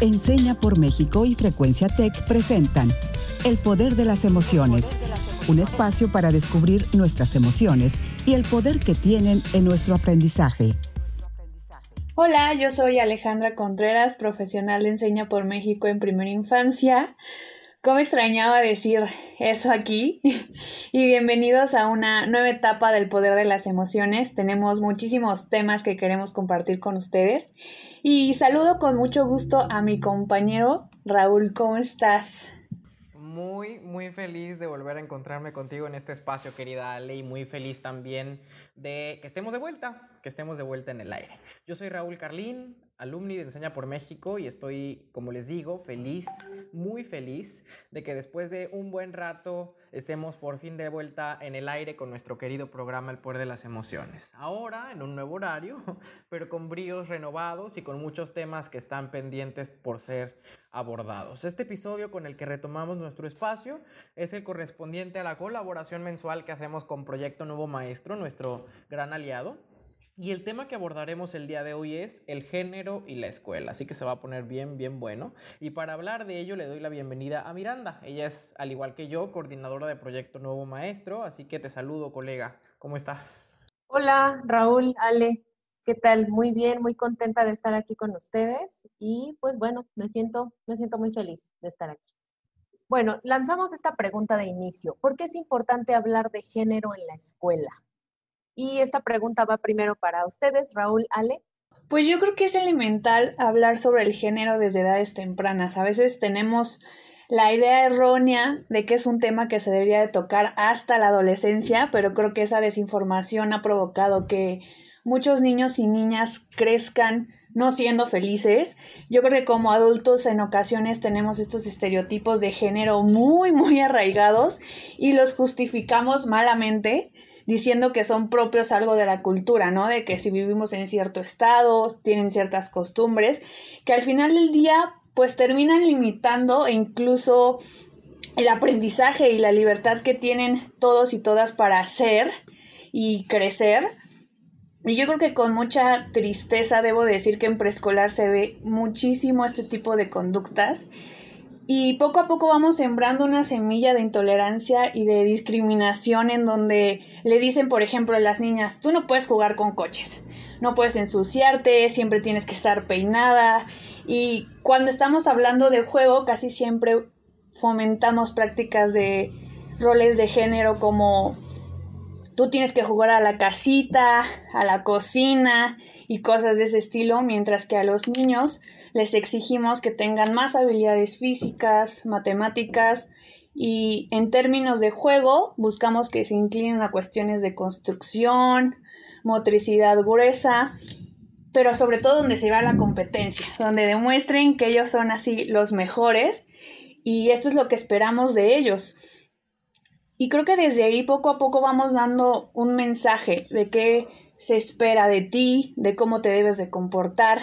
Enseña por México y Frecuencia Tech presentan El Poder de las Emociones, un espacio para descubrir nuestras emociones y el poder que tienen en nuestro aprendizaje. Hola, yo soy Alejandra Contreras, profesional de Enseña por México en primera infancia. ¿Cómo extrañaba decir eso aquí? Y bienvenidos a una nueva etapa del poder de las emociones. Tenemos muchísimos temas que queremos compartir con ustedes. Y saludo con mucho gusto a mi compañero Raúl. ¿Cómo estás? Muy feliz de volver a encontrarme contigo en este espacio, querida Ale, y muy feliz también de que estemos de vuelta en el aire. Yo soy Raúl Carlín, alumni de Enseña por México, y estoy, como les digo, muy feliz de que después de un buen rato estemos por fin de vuelta en el aire con nuestro querido programa El Poder de las Emociones. Ahora en un nuevo horario, pero con bríos renovados y con muchos temas que están pendientes por ser abordados. Este episodio con el que retomamos nuestro espacio es el correspondiente a la colaboración mensual que hacemos con Proyecto Nuevo Maestro, nuestro gran aliado. Y el tema que abordaremos el día de hoy es el género y la escuela, así que se va a poner bien bueno. Y para hablar de ello le doy la bienvenida a Miranda. Ella es, al igual que yo, coordinadora de Proyecto Nuevo Maestro, así que te saludo, colega. ¿Cómo estás? Hola, Raúl, Ale, ¿qué tal? Muy bien, muy contenta de estar aquí con ustedes y pues bueno, me siento muy feliz de estar aquí. Bueno, lanzamos esta pregunta de inicio. ¿Por qué es importante hablar de género en la escuela? Y esta pregunta va primero para ustedes, Raúl, Ale. Pues yo creo que es elemental hablar sobre el género desde edades tempranas. A veces tenemos la idea errónea de que es un tema que se debería de tocar hasta la adolescencia, pero creo que esa desinformación ha provocado que muchos niños y niñas crezcan no siendo felices. Yo creo que como adultos en ocasiones tenemos estos estereotipos de género muy arraigados y los justificamos malamente, diciendo que son propios algo de la cultura, ¿no? De que si vivimos en cierto estado, tienen ciertas costumbres, que al final del día, pues terminan limitando e incluso el aprendizaje y la libertad que tienen todos y todas para hacer y crecer. Y yo creo que con mucha tristeza debo decir que en preescolar se ve muchísimo este tipo de conductas. Y poco a poco vamos sembrando una semilla de intolerancia y de discriminación en donde le dicen, por ejemplo, a las niñas, tú no puedes jugar con coches, no puedes ensuciarte, siempre tienes que estar peinada. Y cuando estamos hablando de juego, casi siempre fomentamos prácticas de roles de género como tú tienes que jugar a la casita, a la cocina y cosas de ese estilo, mientras que a los niños les exigimos que tengan más habilidades físicas, matemáticas y en términos de juego buscamos que se inclinen a cuestiones de construcción, motricidad gruesa, pero sobre todo donde se va la competencia, donde demuestren que ellos son así los mejores y esto es lo que esperamos de ellos. Y creo que desde ahí poco a poco vamos dando un mensaje de qué se espera de ti, de cómo te debes de comportar.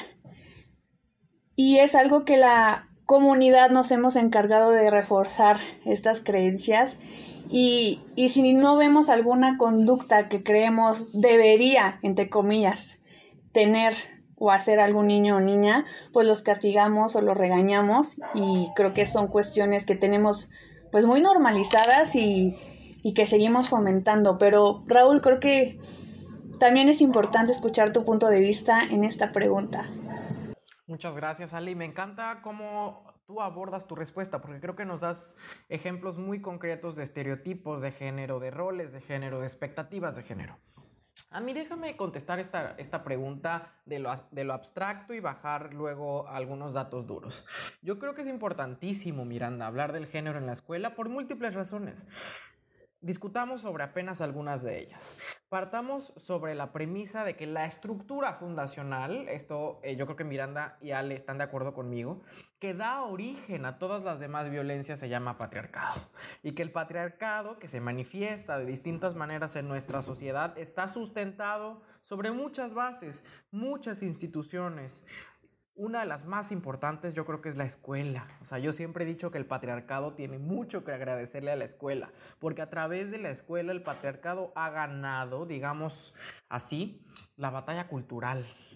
Y es algo que la comunidad nos hemos encargado de reforzar estas creencias. Y si no vemos alguna conducta que creemos debería, entre comillas, tener o hacer algún niño o niña, pues los castigamos o los regañamos. Y creo que son cuestiones que tenemos pues muy normalizadas y que seguimos fomentando. Pero Raúl, creo que también es importante escuchar tu punto de vista en esta pregunta. Muchas gracias, Ali. Me encanta cómo tú abordas tu respuesta, porque creo que nos das ejemplos muy concretos de estereotipos de género, de roles de género, de expectativas de género. A mí déjame contestar esta pregunta de lo abstracto y bajar luego algunos datos duros. Yo creo que es importantísimo, Miranda, hablar del género en la escuela por múltiples razones. Discutamos sobre apenas algunas de ellas. Partamos sobre la premisa de que la estructura fundacional, esto yo creo que Miranda y Ale están de acuerdo conmigo, que da origen a todas las demás violencias se llama patriarcado. Y que el patriarcado, que se manifiesta de distintas maneras en nuestra sociedad, está sustentado sobre muchas bases, muchas instituciones. Una de las más importantes yo creo que es la escuela. O sea, yo siempre he dicho que el patriarcado tiene mucho que agradecerle a la escuela, porque a través de la escuela el patriarcado ha ganado, digamos así, la batalla cultural.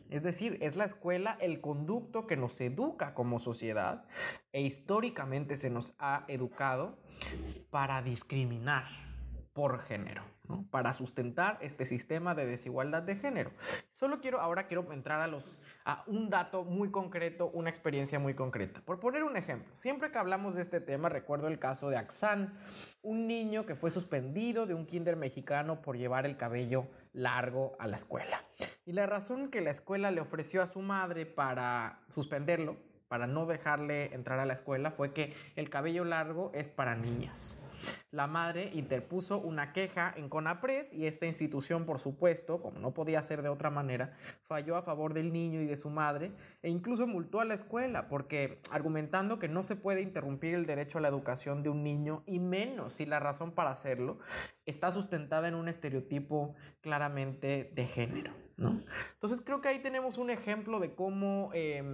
Es decir, es la escuela el conducto que nos educa como sociedad e históricamente se nos ha educado para discriminar por género, ¿no? Para sustentar este sistema de desigualdad de género. Ahora quiero entrar a un dato muy concreto, una experiencia muy concreta. Por poner un ejemplo, siempre que hablamos de este tema, recuerdo el caso de Axán, un niño que fue suspendido de un kinder mexicano por llevar el cabello largo a la escuela. Y la razón que la escuela le ofreció a su madre para suspenderlo, para no dejarle entrar a la escuela, fue que el cabello largo es para niñas. La madre interpuso una queja en CONAPRED y esta institución, por supuesto, como no podía ser de otra manera, falló a favor del niño y de su madre e incluso multó a la escuela porque argumentando que no se puede interrumpir el derecho a la educación de un niño y menos si la razón para hacerlo está sustentada en un estereotipo claramente de género, ¿no? Entonces creo que ahí tenemos un ejemplo de cómo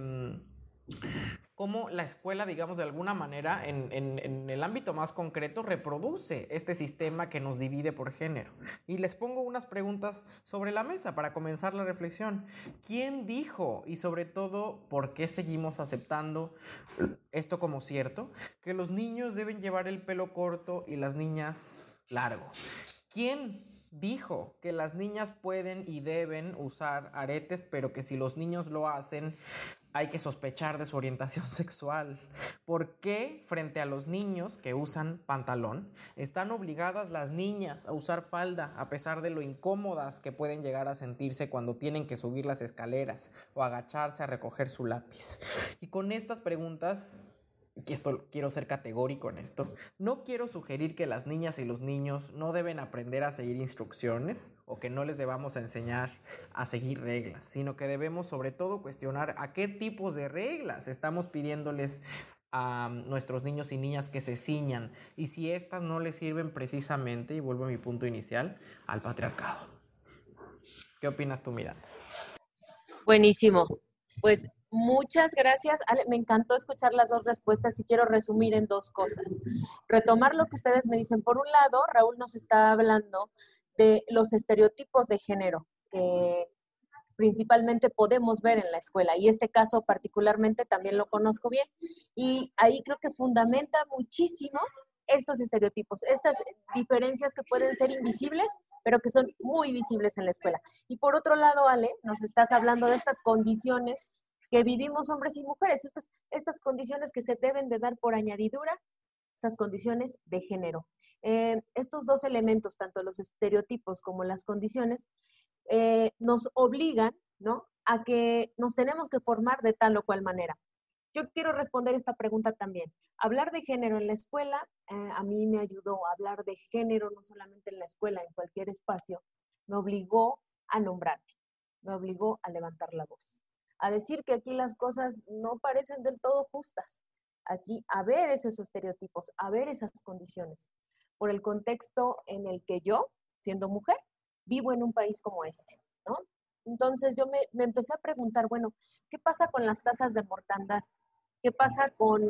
la escuela, digamos, de alguna manera, en el ámbito más concreto, reproduce este sistema que nos divide por género. Y les pongo unas preguntas sobre la mesa para comenzar la reflexión. ¿Quién dijo, y sobre todo, por qué seguimos aceptando esto como cierto, que los niños deben llevar el pelo corto y las niñas largo? ¿Quién dijo que las niñas pueden y deben usar aretes, pero que si los niños lo hacen hay que sospechar de su orientación sexual? ¿Por qué frente a los niños que usan pantalón están obligadas las niñas a usar falda a pesar de lo incómodas que pueden llegar a sentirse cuando tienen que subir las escaleras o agacharse a recoger su lápiz? Y con estas preguntas, que quiero ser categórico en esto, no quiero sugerir que las niñas y los niños no deben aprender a seguir instrucciones o que no les debamos enseñar a seguir reglas, sino que debemos sobre todo cuestionar a qué tipos de reglas estamos pidiéndoles a nuestros niños y niñas que se ciñan y si estas no les sirven precisamente, y vuelvo a mi punto inicial, al patriarcado. ¿Qué opinas tú, Miranda? Buenísimo. Pues muchas gracias. Ale, me encantó escuchar las dos respuestas y quiero resumir en dos cosas. Retomar lo que ustedes me dicen. Por un lado, Raúl nos está hablando de los estereotipos de género que principalmente podemos ver en la escuela y este caso particularmente también lo conozco bien y ahí creo que fundamenta muchísimo estos estereotipos, estas diferencias que pueden ser invisibles, pero que son muy visibles en la escuela. Y por otro lado, Ale, nos estás hablando de estas condiciones que vivimos hombres y mujeres, estas condiciones que se deben de dar por añadidura, estas condiciones de género. Estos dos elementos, tanto los estereotipos como las condiciones, nos obligan, ¿no?, a que nos tenemos que formar de tal o cual manera. Yo quiero responder esta pregunta también. Hablar de género en la escuela, a mí me ayudó a hablar de género, no solamente en la escuela, en cualquier espacio, me obligó a nombrarme, me obligó a levantar la voz, a decir que aquí las cosas no parecen del todo justas, aquí a ver esos estereotipos, a ver esas condiciones, por el contexto en el que yo, siendo mujer, vivo en un país como este, ¿no? Entonces yo me empecé a preguntar, bueno, ¿qué pasa con las tasas de mortandad? ¿Qué pasa con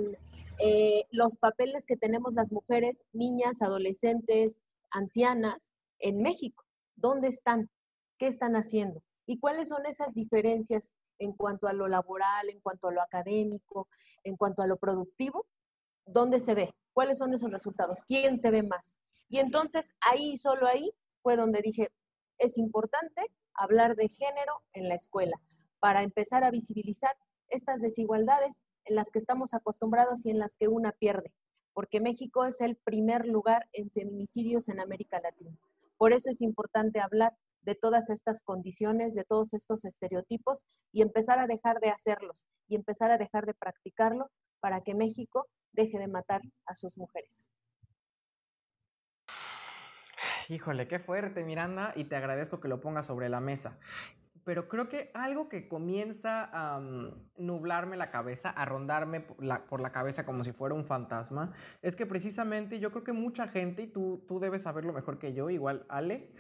los papeles que tenemos las mujeres, niñas, adolescentes, ancianas en México? ¿Dónde están? ¿Qué están haciendo? ¿Y cuáles son esas diferencias en cuanto a lo laboral, en cuanto a lo académico, en cuanto a lo productivo? ¿Dónde se ve? ¿Cuáles son esos resultados? ¿Quién se ve más? Y entonces ahí, solo ahí, fue donde dije, es importante hablar de género en la escuela para empezar a visibilizar estas desigualdades en las que estamos acostumbrados y en las que una pierde, porque México es el primer lugar en feminicidios en América Latina. Por eso es importante hablar de todas estas condiciones, de todos estos estereotipos y empezar a dejar de hacerlos y empezar a dejar de practicarlo para que México deje de matar a sus mujeres. Híjole, qué fuerte, Miranda, y te agradezco que lo pongas sobre la mesa. Pero creo que algo que comienza a nublarme la cabeza, a rondarme por la cabeza como si fuera un fantasma, es que precisamente yo creo que mucha gente, y tú debes saberlo mejor que yo, igual Ale,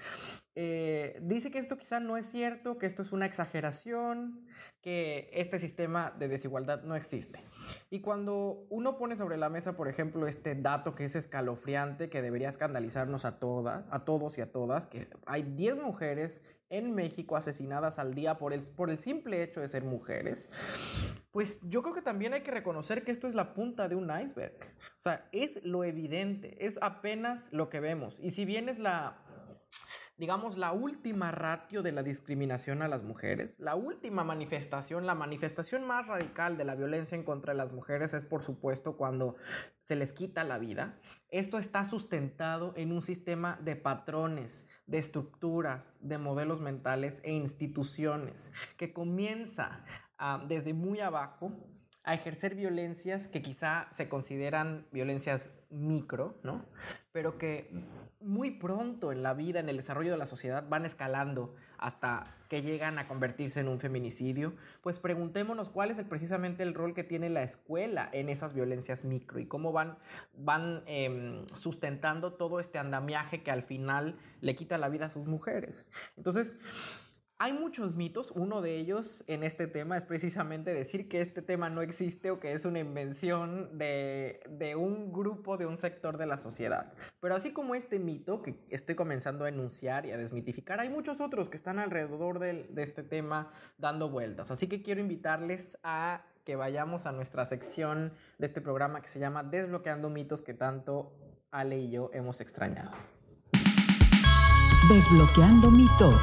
dice que esto quizá no es cierto, que esto es una exageración, que este sistema de desigualdad no existe. Y cuando uno pone sobre la mesa, por ejemplo, este dato que es escalofriante, que debería escandalizarnos a todos y a todas, que hay 10 mujeres en México asesinadas al día por el simple hecho de ser mujeres, pues yo creo que también hay que reconocer que esto es la punta de un iceberg. O sea, es lo evidente, es apenas lo que vemos. Y si bien es digamos, la última ratio de la discriminación a las mujeres, la última manifestación, la manifestación más radical de la violencia en contra de las mujeres es, por supuesto, cuando se les quita la vida. Esto está sustentado en un sistema de patrones, de estructuras, de modelos mentales e instituciones que comienza desde muy abajo a ejercer violencias que quizá se consideran violencias micro, ¿no? Pero que muy pronto en la vida, en el desarrollo de la sociedad, van escalando hasta que llegan a convertirse en un feminicidio. Pues preguntémonos cuál es precisamente el rol que tiene la escuela en esas violencias micro y cómo van sustentando todo este andamiaje que al final le quita la vida a sus mujeres. Entonces, hay muchos mitos. Uno de ellos en este tema es precisamente decir que este tema no existe o que es una invención de un grupo, de un sector de la sociedad. Pero así como este mito que estoy comenzando a enunciar y a desmitificar, hay muchos otros que están alrededor de este tema dando vueltas. Así que quiero invitarles a que vayamos a nuestra sección de este programa que se llama Desbloqueando mitos, que tanto Ale y yo hemos extrañado. Desbloqueando mitos.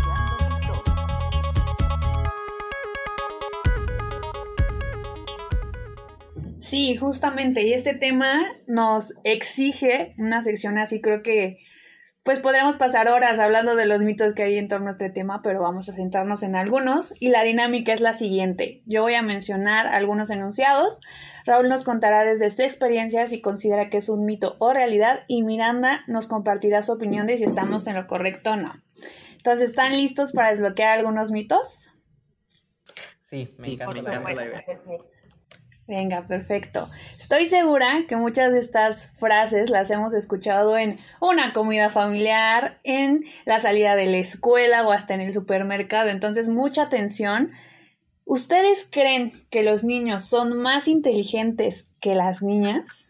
Sí, justamente, y este tema nos exige una sección así, creo que pues podremos pasar horas hablando de los mitos que hay en torno a este tema, pero vamos a centrarnos en algunos y la dinámica es la siguiente. Yo voy a mencionar algunos enunciados, Raúl nos contará desde su experiencia si considera que es un mito o realidad y Miranda nos compartirá su opinión de si estamos en lo correcto o no. Entonces, ¿están listos para desbloquear algunos mitos? Sí, me encanta la idea. Venga, perfecto. Estoy segura que muchas de estas frases las hemos escuchado en una comida familiar, en la salida de la escuela o hasta en el supermercado. Entonces, mucha atención. ¿Ustedes creen que los niños son más inteligentes que las niñas?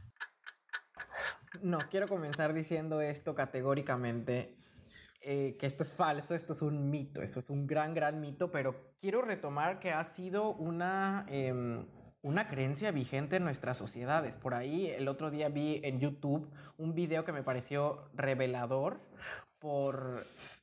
No, quiero comenzar diciendo esto categóricamente. Que esto es falso, esto es un mito, esto es un gran mito, pero quiero retomar que ha sido una creencia vigente en nuestras sociedades. Por ahí el otro día vi en YouTube un video que me pareció revelador por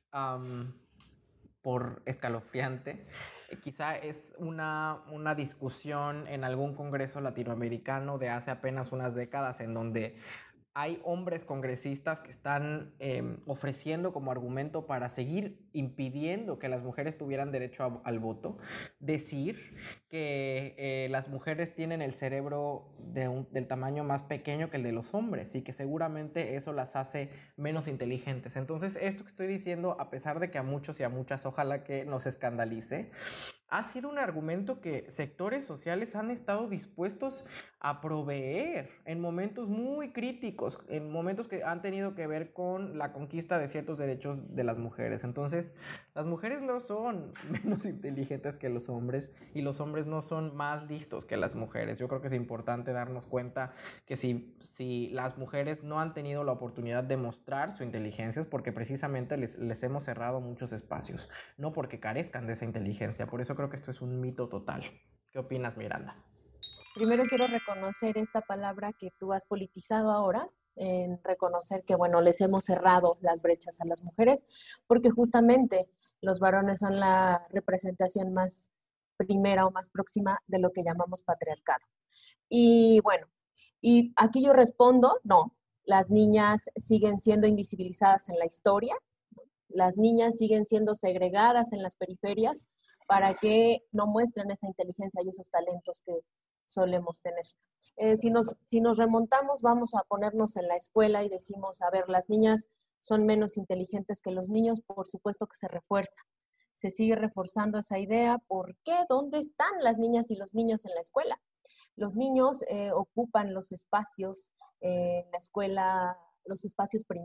escalofriante. Quizá es una discusión en algún congreso latinoamericano de hace apenas unas décadas en donde hay hombres congresistas que están ofreciendo como argumento para seguir impidiendo que las mujeres tuvieran derecho al voto, decir que las mujeres tienen el cerebro del tamaño más pequeño que el de los hombres y que seguramente eso las hace menos inteligentes. Entonces, esto que estoy diciendo, a pesar de que a muchos y a muchas ojalá que nos escandalice, ha sido un argumento que sectores sociales han estado dispuestos a proveer en momentos muy críticos, en momentos que han tenido que ver con la conquista de ciertos derechos de las mujeres. Entonces, las mujeres no son menos inteligentes que los hombres y los hombres no son más listos que las mujeres. Yo creo que es importante darnos cuenta que si las mujeres no han tenido la oportunidad de mostrar su inteligencia es porque precisamente les hemos cerrado muchos espacios, no porque carezcan de esa inteligencia. Por eso creo que esto es un mito total. ¿Qué opinas, Miranda? Primero quiero reconocer esta palabra que tú has politizado ahora, en reconocer que, bueno, les hemos cerrado las brechas a las mujeres, porque justamente los varones son la representación más primera o más próxima de lo que llamamos patriarcado. Y bueno, y aquí yo respondo, no, las niñas siguen siendo invisibilizadas en la historia, las niñas siguen siendo segregadas en las periferias para que no muestren esa inteligencia y esos talentos que solemos tener. Si nos remontamos, vamos a ponernos en la escuela y decimos, a ver, las niñas son menos inteligentes que los niños, por supuesto que se refuerza. Se sigue reforzando esa idea. ¿Por qué? ¿Dónde están las niñas y los niños en la escuela? Los niños ocupan los espacios en la escuela, los espacios primero.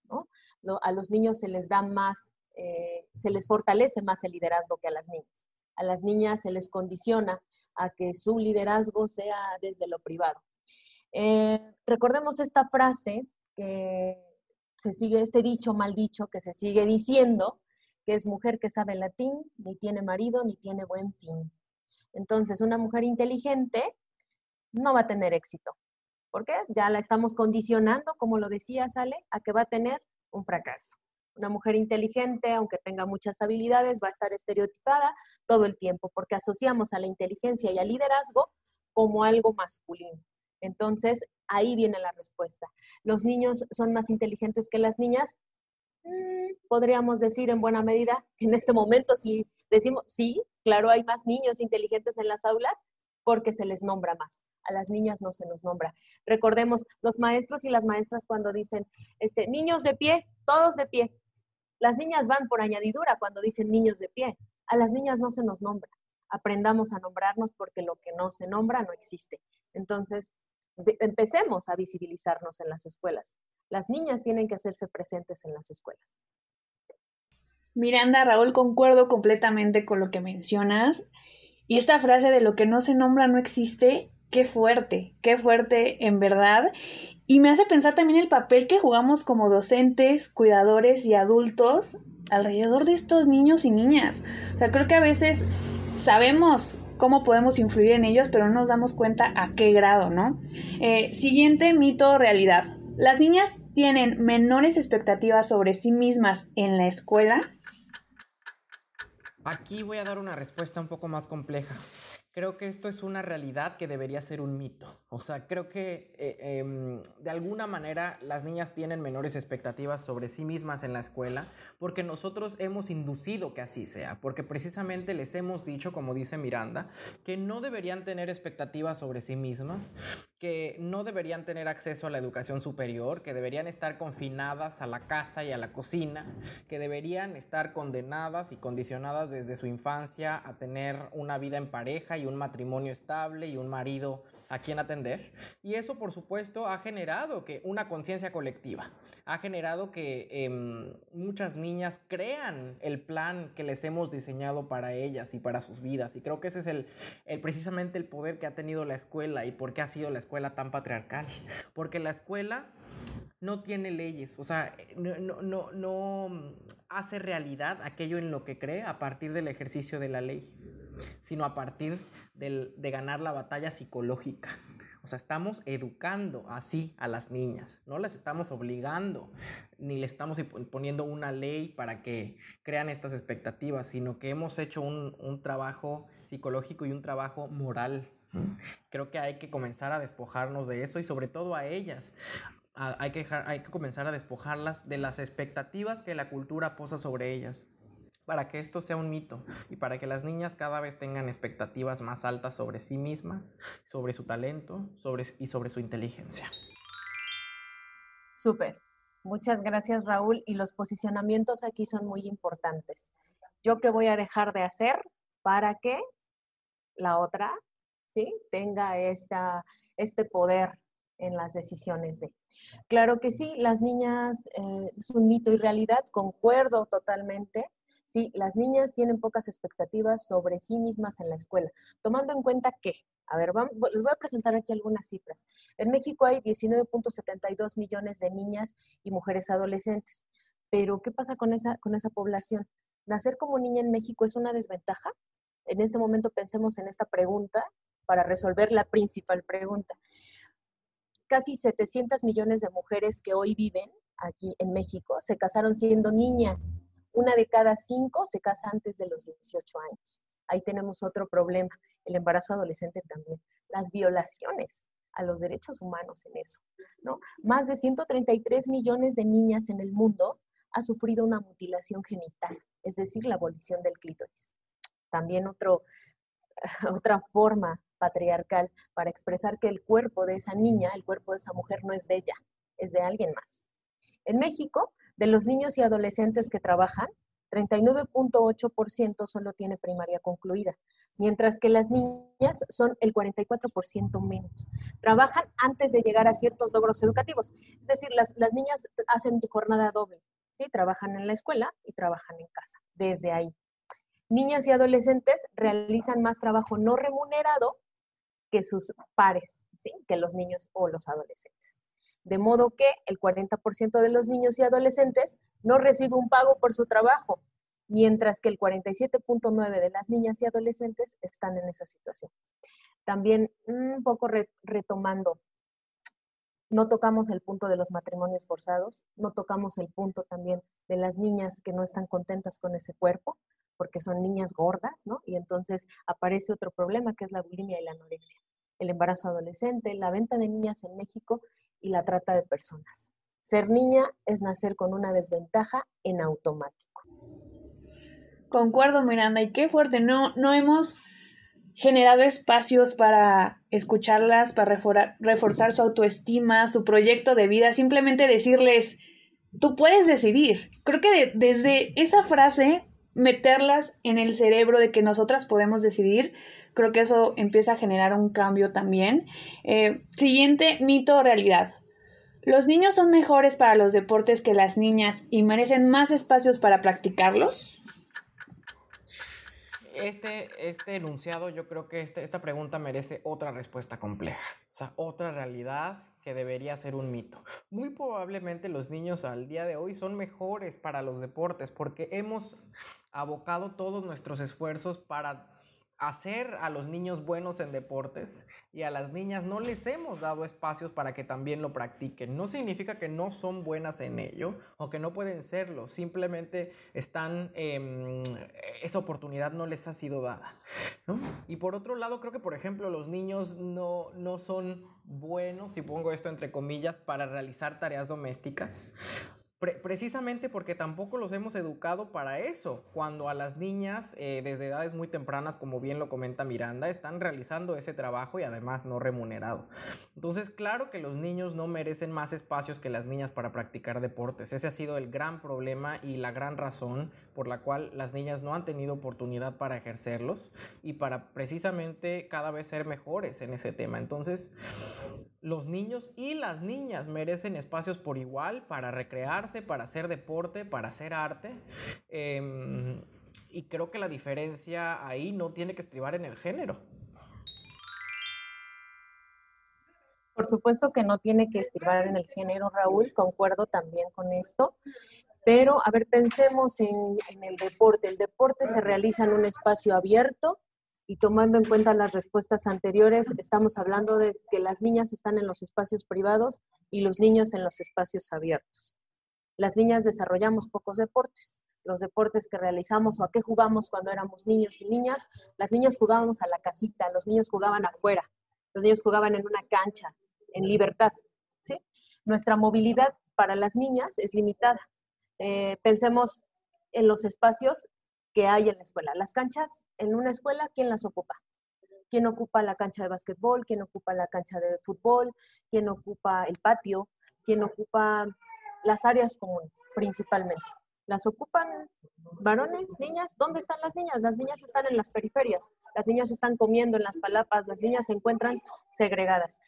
¿no? A los niños se les da más, se les fortalece más el liderazgo que a las niñas. A las niñas se les condiciona a que su liderazgo sea desde lo privado. Recordemos esta frase que se sigue, este dicho mal dicho que se sigue diciendo, que es mujer que sabe latín, ni tiene marido, ni tiene buen fin. Entonces, una mujer inteligente no va a tener éxito. ¿Por qué? Ya la estamos condicionando, como lo decía Sale, a que va a tener un fracaso. Una mujer inteligente, aunque tenga muchas habilidades, va a estar estereotipada todo el tiempo, porque asociamos a la inteligencia y al liderazgo como algo masculino. Entonces, ahí viene la respuesta. ¿Los niños son más inteligentes que las niñas? Podríamos decir en buena medida que en este momento sí decimos, sí, claro, hay más niños inteligentes en las aulas porque se les nombra más. A las niñas no se nos nombra. Recordemos, los maestros y las maestras cuando dicen, niños de pie, todos de pie. Las niñas van por añadidura cuando dicen niños de pie. A las niñas no se nos nombra. Aprendamos a nombrarnos porque lo que no se nombra no existe. Entonces, empecemos a visibilizarnos en las escuelas. Las niñas tienen que hacerse presentes en las escuelas. Miranda, Raúl, concuerdo completamente con lo que mencionas. Y esta frase de lo que no se nombra no existe, qué fuerte en verdad. Y me hace pensar también el papel que jugamos como docentes, cuidadores y adultos alrededor de estos niños y niñas. O sea, creo que a veces sabemos cómo podemos influir en ellos, pero no nos damos cuenta a qué grado, ¿no? Siguiente mito o realidad. ¿Las niñas tienen menores expectativas sobre sí mismas en la escuela? Aquí voy a dar una respuesta un poco más compleja. Creo que esto es una realidad que debería ser un mito. O sea, creo que de alguna manera las niñas tienen menores expectativas sobre sí mismas en la escuela porque nosotros hemos inducido que así sea, porque precisamente les hemos dicho, como dice Miranda, que no deberían tener expectativas sobre sí mismas, que no deberían tener acceso a la educación superior, que deberían estar confinadas a la casa y a la cocina, que deberían estar condenadas y condicionadas desde su infancia a tener una vida en pareja y un matrimonio estable y un marido a quien atender. Y eso, por supuesto, ha generado que una conciencia colectiva, ha generado que muchas niñas crean el plan que les hemos diseñado para ellas y para sus vidas. Y creo que ese es precisamente el poder que ha tenido la escuela y por qué ha sido la escuela tan patriarcal. Porque la escuela no tiene leyes, o sea, no hace realidad aquello en lo que cree a partir del ejercicio de la ley, sino a partir de ganar la batalla psicológica. O sea, estamos educando así a las niñas, no las estamos obligando, ni les estamos poniendo una ley para que crean estas expectativas, sino que hemos hecho un trabajo psicológico y un trabajo moral. Creo que hay que comenzar a despojarnos de eso y sobre todo a ellas. Hay que comenzar a despojarlas de las expectativas que la cultura posa sobre ellas, para que esto sea un mito y para que las niñas cada vez tengan expectativas más altas sobre sí mismas, sobre su talento y sobre su inteligencia. Súper. Muchas gracias, Raúl. Y los posicionamientos aquí son muy importantes. ¿Yo qué voy a dejar de hacer para que la otra, ¿sí?, tenga este poder en las decisiones de? Claro que sí, las niñas, es un mito y realidad, concuerdo totalmente. Sí, las niñas tienen pocas expectativas sobre sí mismas en la escuela, tomando en cuenta que, a ver, les voy a presentar aquí algunas cifras. En México hay 19.72 millones de niñas y mujeres adolescentes, pero ¿qué pasa con esa población? ¿Nacer como niña en México es una desventaja? En este momento pensemos en esta pregunta para resolver la principal pregunta. Casi 700 millones de mujeres que hoy viven aquí en México se casaron siendo niñas. 1 de cada 5 se casa antes de los 18 años. Ahí tenemos otro problema, el embarazo adolescente también, las violaciones a los derechos humanos en eso, ¿no? Más de 133 millones de niñas en el mundo han sufrido una mutilación genital, es decir, la abolición del clítoris. También otra forma patriarcal para expresar que el cuerpo de esa niña, el cuerpo de esa mujer no es de ella, es de alguien más. En México, de los niños y adolescentes que trabajan, 39.8% solo tiene primaria concluida. mientras que las niñas son el 44% menos. Trabajan antes de llegar a ciertos logros educativos. Es decir, las niñas hacen jornada doble, ¿sí? Trabajan en la escuela y trabajan en casa, desde ahí. Niñas y adolescentes realizan más trabajo no remunerado que sus pares, ¿sí? Que los niños o los adolescentes. De modo que el 40% de los niños y adolescentes no recibe un pago por su trabajo, mientras que el 47.9% de las niñas y adolescentes están en esa situación. También un poco retomando, no tocamos el punto de los matrimonios forzados, no tocamos el punto también de las niñas que no están contentas con ese cuerpo, porque son niñas gordas, ¿no? Y entonces aparece otro problema que es la bulimia y la anorexia, el embarazo adolescente, la venta de niñas en México y la trata de personas. Ser niña es nacer con una desventaja en automático. Concuerdo, Miranda, y qué fuerte, no hemos generado espacios para escucharlas, para reforzar su autoestima, su proyecto de vida, simplemente decirles, tú puedes decidir. Creo que desde esa frase, meterlas en el cerebro de que nosotras podemos decidir, creo que eso empieza a generar un cambio también. Siguiente mito o realidad. ¿Los niños son mejores para los deportes que las niñas y merecen más espacios para practicarlos? Este enunciado, yo creo que esta pregunta merece otra respuesta compleja, o sea, otra realidad que debería ser un mito. Muy probablemente los niños al día de hoy son mejores para los deportes porque hemos abocado todos nuestros esfuerzos para hacer a los niños buenos en deportes y a las niñas no les hemos dado espacios para que también lo practiquen. No significa que no son buenas en ello o que no pueden serlo, simplemente están, esa oportunidad no les ha sido dada, ¿no? Y por otro lado, creo que por ejemplo los niños no son buenos, si pongo esto entre comillas, para realizar tareas domésticas. Precisamente porque tampoco los hemos educado para eso, cuando a las niñas desde edades muy tempranas, como bien lo comenta Miranda, están realizando ese trabajo y además no remunerado. Entonces, claro que los niños no merecen más espacios que las niñas para practicar deportes. Ese ha sido el gran problema y la gran razón por la cual las niñas no han tenido oportunidad para ejercerlos y para precisamente cada vez ser mejores en ese tema. Entonces, los niños y las niñas merecen espacios por igual para recrearse, para hacer deporte, para hacer arte. Y creo que la diferencia ahí no tiene que estribar en el género. Por supuesto que no tiene que estribar en el género, Raúl, concuerdo también con esto. Pero, a ver, pensemos en el deporte. El deporte se realiza en un espacio abierto y tomando en cuenta las respuestas anteriores, estamos hablando de que las niñas están en los espacios privados y los niños en los espacios abiertos. Las niñas desarrollamos pocos deportes. Los deportes que realizamos o a qué jugamos cuando éramos niños y niñas, las niñas jugábamos a la casita, los niños jugaban afuera, los niños jugaban en una cancha, en libertad, ¿sí? Nuestra movilidad para las niñas es limitada. Pensemos en los espacios que hay en la escuela. Las canchas en una escuela, ¿quién las ocupa? ¿Quién ocupa la cancha de básquetbol? ¿Quién ocupa la cancha de fútbol? ¿Quién ocupa el patio? ¿Quién ocupa las áreas comunes principalmente? ¿Las ocupan varones, niñas? ¿Dónde están las niñas? Las niñas están en las periferias, las niñas están comiendo en las palapas, las niñas se encuentran segregadas.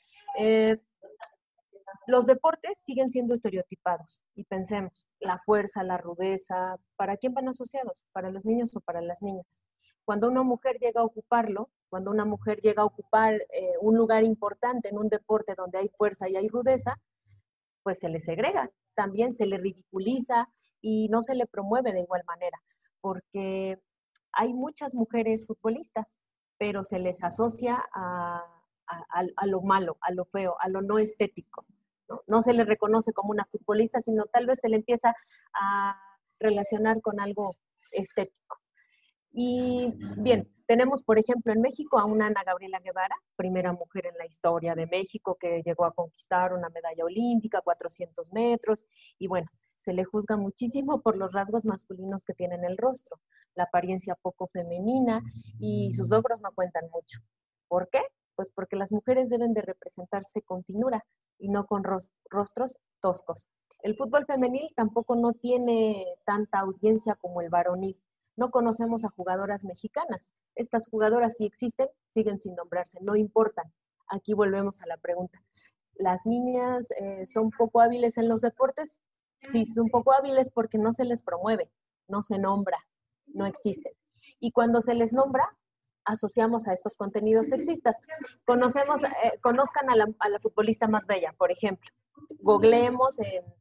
Los deportes siguen siendo estereotipados y pensemos, la fuerza, la rudeza, ¿para quién van asociados? ¿Para los niños o para las niñas? Cuando una mujer llega a ocuparlo, cuando una mujer llega a ocupar un lugar importante en un deporte donde hay fuerza y hay rudeza, pues se le segrega, también se le ridiculiza y no se le promueve de igual manera, porque hay muchas mujeres futbolistas, pero se les asocia a lo malo, a lo feo, a lo no estético. No se le reconoce como una futbolista, sino tal vez se le empieza a relacionar con algo estético. Y bien, tenemos por ejemplo en México a una Ana Gabriela Guevara, primera mujer en la historia de México que llegó a conquistar una medalla olímpica, 400 metros, y bueno, se le juzga muchísimo por los rasgos masculinos que tiene en el rostro, la apariencia poco femenina y sus logros no cuentan mucho. ¿Por qué? Pues porque las mujeres deben de representarse con finura y no con rostros toscos. El fútbol femenil tampoco no tiene tanta audiencia como el varonil. no conocemos a jugadoras mexicanas. Estas jugadoras sí existen, siguen sin nombrarse, no importan. Aquí volvemos a la pregunta. ¿Las niñas son poco hábiles en los deportes? Sí, son poco hábiles porque no se les promueve, no se nombra, no existen. Y cuando se les nombra, asociamos a estos contenidos sexistas. Conozcan a la futbolista más bella, por ejemplo. Googleemos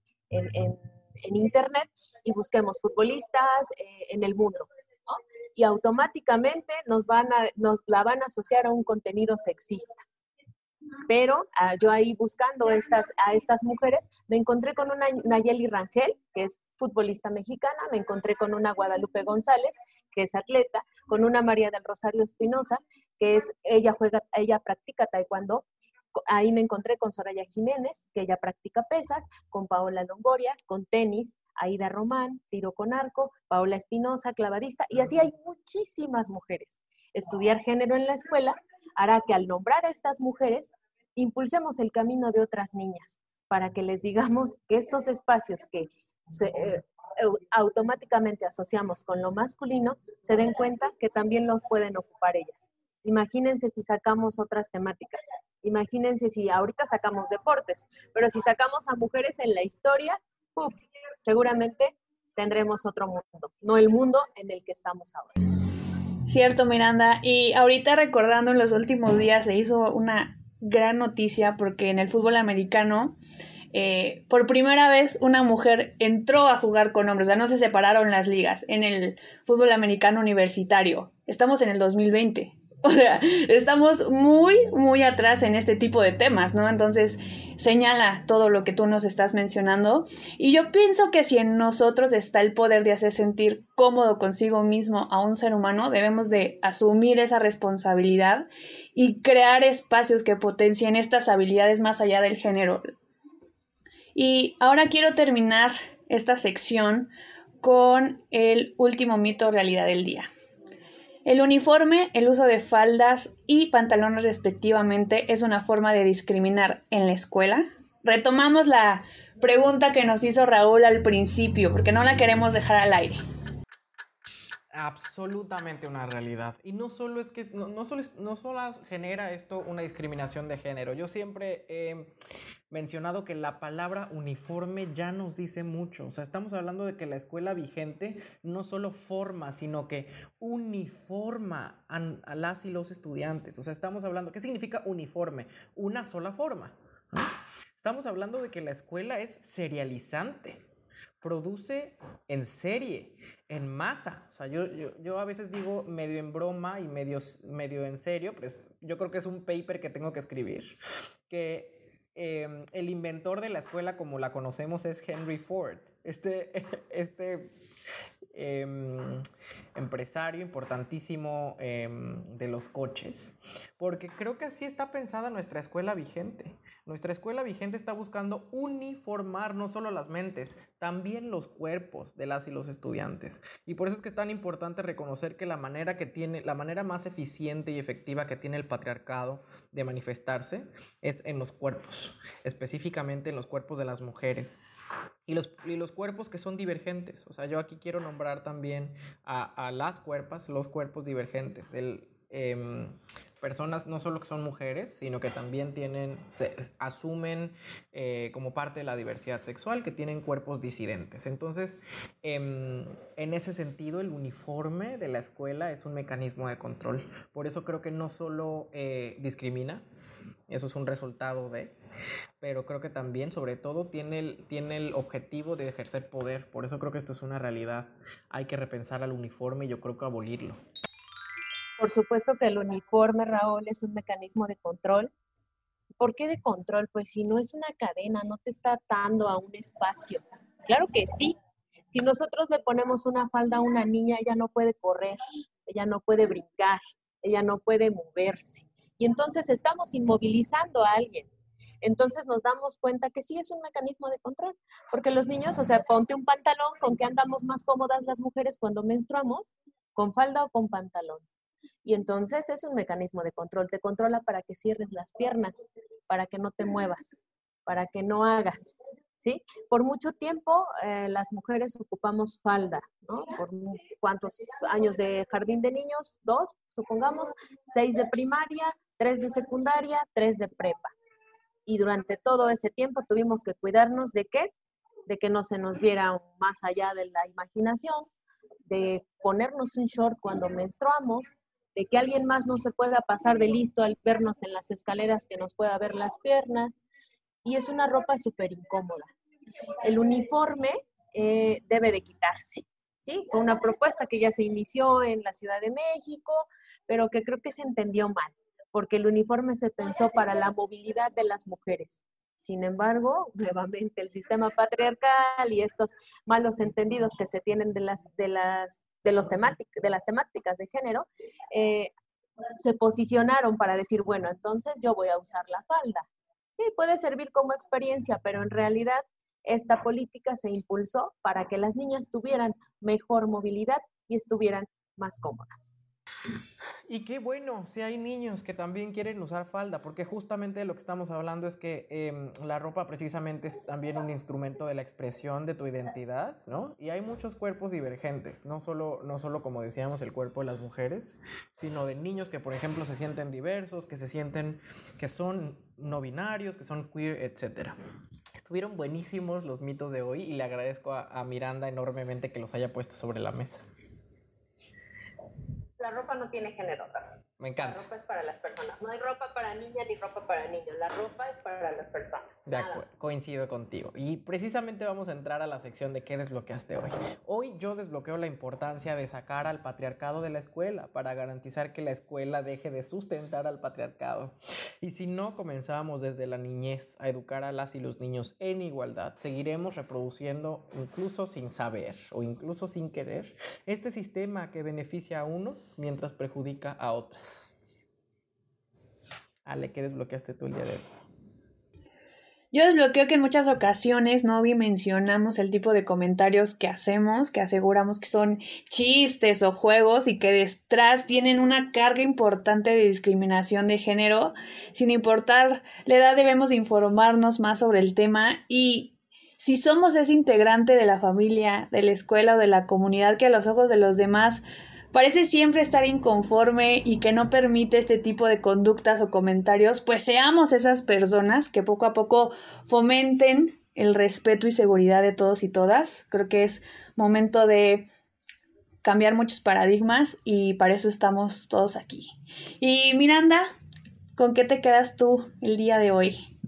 en internet y busquemos futbolistas en el mundo, ¿no? Y automáticamente nos la van a asociar a un contenido sexista. Pero yo ahí buscando a estas mujeres, me encontré con una Nayeli Rangel, que es futbolista mexicana, me encontré con una Guadalupe González, que es atleta, con una María del Rosario Espinosa, ella practica taekwondo. Ahí me encontré con Soraya Jiménez, que ella practica pesas, con Paola Longoria, con tenis, Aida Román, tiro con arco, Paola Espinosa, clavadista, y así hay muchísimas mujeres. Estudiar género en la escuela hará que al nombrar a estas mujeres, impulsemos el camino de otras niñas, para que les digamos que estos espacios que automáticamente asociamos con lo masculino, se den cuenta que también los pueden ocupar ellas. Imagínense si sacamos otras temáticas, imagínense si ahorita sacamos deportes, pero si sacamos a mujeres en la historia, seguramente tendremos otro mundo, no el mundo en el que estamos ahora. Cierto, Miranda. Y ahorita recordando, en los últimos días se hizo una gran noticia porque en el fútbol americano, por primera vez una mujer entró a jugar con hombres, o sea, no se separaron las ligas en el fútbol americano universitario. Estamos en el 2020. O sea, estamos muy, muy atrás en este tipo de temas, ¿no? Entonces, señala todo lo que tú nos estás mencionando. Y yo pienso que si en nosotros está el poder de hacer sentir cómodo consigo mismo a un ser humano, debemos de asumir esa responsabilidad y crear espacios que potencien estas habilidades más allá del género. Y ahora quiero terminar esta sección con el último mito o realidad del día. El uniforme, el uso de faldas y pantalones respectivamente es una forma de discriminar en la escuela. Retomamos la pregunta que nos hizo Raúl al principio, porque no la queremos dejar al aire. Absolutamente una realidad. Y no solo es que no solo genera esto una discriminación de género. Yo siempre he mencionado que la palabra uniforme ya nos dice mucho. O sea, estamos hablando de que la escuela vigente no solo forma, sino que uniforma a las y los estudiantes. O sea, estamos hablando, ¿qué significa uniforme? Una sola forma, ¿no? Estamos hablando de que la escuela es serializante. Produce en serie, en masa. O sea, yo a veces digo medio en broma y medio en serio, pero yo creo que es un paper que tengo que escribir, que el inventor de la escuela como la conocemos es Henry Ford, empresario importantísimo de los coches, porque creo que así está pensada nuestra escuela vigente. Nuestra escuela vigente está buscando uniformar no solo las mentes, también los cuerpos de las y los estudiantes. Y por eso es que es tan importante reconocer que la manera más eficiente y efectiva que tiene el patriarcado de manifestarse es en los cuerpos, específicamente en los cuerpos de las mujeres. Y los cuerpos que son divergentes. O sea, yo aquí quiero nombrar también a las cuerpas, los cuerpos divergentes. Personas no solo que son mujeres, sino que también asumen como parte de la diversidad sexual, que tienen cuerpos disidentes. Entonces, en ese sentido, el uniforme de la escuela es un mecanismo de control. Por eso creo que no solo discrimina, eso es un resultado pero creo que también, sobre todo, tiene el objetivo de ejercer poder. Por eso creo que esto es una realidad. Hay que repensar al uniforme y yo creo que abolirlo. Por supuesto que el uniforme, Raúl, es un mecanismo de control. ¿Por qué de control? Pues si no es una cadena, no te está atando a un espacio. Claro que sí. Si nosotros le ponemos una falda a una niña, ella no puede correr, ella no puede brincar, ella no puede moverse. Y entonces estamos inmovilizando a alguien. Entonces nos damos cuenta que sí es un mecanismo de control, porque los niños, o sea, ponte un pantalón, ¿con qué andamos más cómodas las mujeres cuando menstruamos? ¿Con falda o con pantalón? Y entonces es un mecanismo de control, te controla para que cierres las piernas, para que no te muevas, para que no hagas. ¿sí? Por mucho tiempo las mujeres ocupamos falda, ¿no? Por cuántos años de jardín de niños, 2, supongamos, 6 de primaria, 3 de secundaria, 3 de prepa. Y durante todo ese tiempo tuvimos que cuidarnos ¿de qué? De que no se nos viera más allá de la imaginación, de ponernos un short cuando menstruamos, de que alguien más no se pueda pasar de listo al vernos en las escaleras, que nos pueda ver las piernas, y es una ropa súper incómoda. El uniforme debe de quitarse, ¿sí? Fue una propuesta que ya se inició en la Ciudad de México, pero que creo que se entendió mal, porque el uniforme se pensó para la movilidad de las mujeres. Sin embargo, nuevamente el sistema patriarcal y estos malos entendidos que se tienen de las temáticas de género, se posicionaron para decir, bueno, entonces yo voy a usar la falda. Sí, puede servir como experiencia, pero en realidad esta política se impulsó para que las niñas tuvieran mejor movilidad y estuvieran más cómodas. Y qué bueno, si hay niños que también quieren usar falda, porque justamente de lo que estamos hablando es que la ropa precisamente es también un instrumento de la expresión de tu identidad, ¿no? Y hay muchos cuerpos divergentes, no solo como decíamos el cuerpo de las mujeres, sino de niños que por ejemplo se sienten diversos, que son no binarios, que son queer, etc. Estuvieron buenísimos los mitos de hoy y le agradezco a Miranda enormemente que los haya puesto sobre la mesa. La ropa no tiene género, Rafa. Me encanta. La ropa es para las personas. No hay ropa para niña ni ropa para niño. La ropa es para las personas. De acuerdo, coincido contigo. Y precisamente vamos a entrar a la sección de ¿qué desbloqueaste hoy? Hoy yo desbloqueo la importancia de sacar al patriarcado de la escuela para garantizar que la escuela deje de sustentar al patriarcado. Y si no comenzamos desde la niñez a educar a las y los niños en igualdad, seguiremos reproduciendo, incluso sin saber o incluso sin querer, este sistema que beneficia a unos mientras perjudica a otras. Ale, ¿qué desbloqueaste tú el día de hoy? Yo desbloqueo que en muchas ocasiones no dimensionamos el tipo de comentarios que hacemos, que aseguramos que son chistes o juegos y que detrás tienen una carga importante de discriminación de género. Sin importar la edad, debemos informarnos más sobre el tema y si somos ese integrante de la familia, de la escuela o de la comunidad que a los ojos de los demás parece siempre estar inconforme y que no permite este tipo de conductas o comentarios, pues seamos esas personas que poco a poco fomenten el respeto y seguridad de todos y todas. Creo que es momento de cambiar muchos paradigmas y para eso estamos todos aquí. Y Miranda, ¿con qué te quedas tú el día de hoy?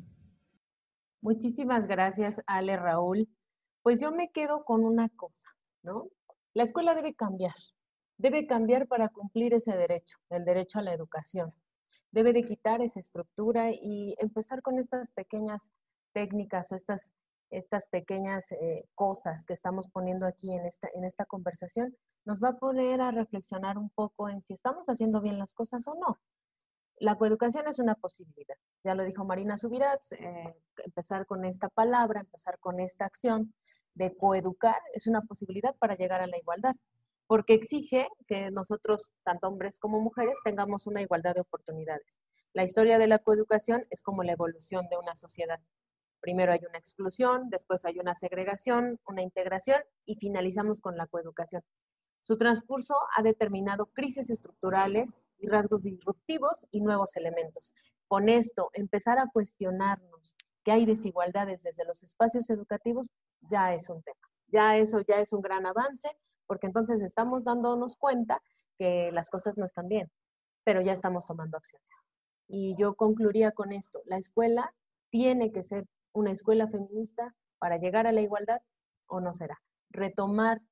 Muchísimas gracias, Ale, Raúl. Pues yo me quedo con una cosa, ¿no? La escuela debe cambiar. Debe cambiar para cumplir ese derecho, el derecho a la educación. Debe de quitar esa estructura y empezar con estas pequeñas técnicas o estas pequeñas cosas que estamos poniendo aquí en esta conversación. Nos va a poner a reflexionar un poco en si estamos haciendo bien las cosas o no. La coeducación es una posibilidad. Ya lo dijo Marina Subirats, empezar con esta palabra, empezar con esta acción de coeducar es una posibilidad para llegar a la igualdad, porque exige que nosotros, tanto hombres como mujeres, tengamos una igualdad de oportunidades. La historia de la coeducación es como la evolución de una sociedad. Primero hay una exclusión, después hay una segregación, una integración y finalizamos con la coeducación. Su transcurso ha determinado crisis estructurales y rasgos disruptivos y nuevos elementos. Con esto, empezar a cuestionarnos que hay desigualdades desde los espacios educativos ya es un tema. Ya eso ya es un gran avance, porque entonces estamos dándonos cuenta que las cosas no están bien, pero ya estamos tomando acciones. Y yo concluiría con esto, la escuela tiene que ser una escuela feminista para llegar a la igualdad o no será. Retomar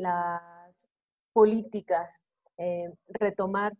las políticas, retomar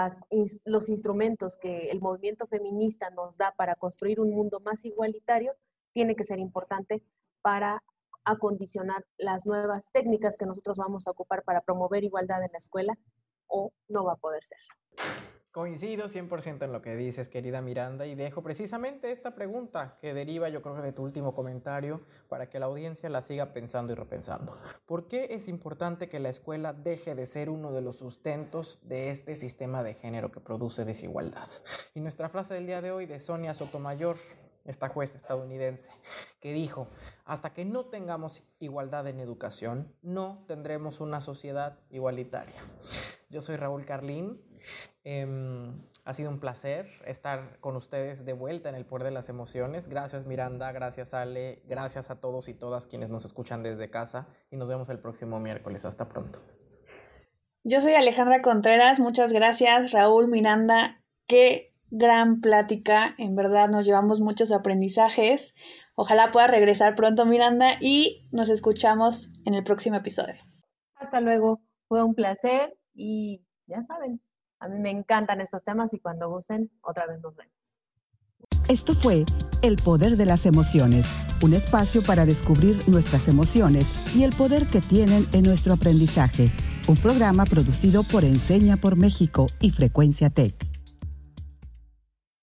los instrumentos que el movimiento feminista nos da para construir un mundo más igualitario, tiene que ser importante para acondicionar las nuevas técnicas que nosotros vamos a ocupar para promover igualdad en la escuela, o no va a poder ser. Coincido 100% en lo que dices, querida Miranda, y dejo precisamente esta pregunta que deriva, yo creo, de tu último comentario para que la audiencia la siga pensando y repensando. ¿Por qué es importante que la escuela deje de ser uno de los sustentos de este sistema de género que produce desigualdad? Y nuestra frase del día de hoy de Sonia Sotomayor esta jueza estadounidense, que dijo: hasta que no tengamos igualdad en educación, no tendremos una sociedad igualitaria. Yo soy Raúl Carlín. Ha sido un placer estar con ustedes de vuelta en El Poder de las Emociones. Gracias, Miranda, gracias, Ale, gracias a todos y todas quienes nos escuchan desde casa, y nos vemos el próximo miércoles. Hasta pronto. Yo soy Alejandra Contreras. Muchas gracias, Raúl, Miranda. Qué gran plática, en verdad nos llevamos muchos aprendizajes. Ojalá pueda regresar pronto, Miranda, y nos escuchamos en el próximo episodio. Hasta luego, fue un placer y ya saben, a mí me encantan estos temas y cuando gusten, otra vez nos vemos. Esto fue El Poder de las Emociones, un espacio para descubrir nuestras emociones y el poder que tienen en nuestro aprendizaje. Un programa producido por Enseña por México y Frecuencia Tech.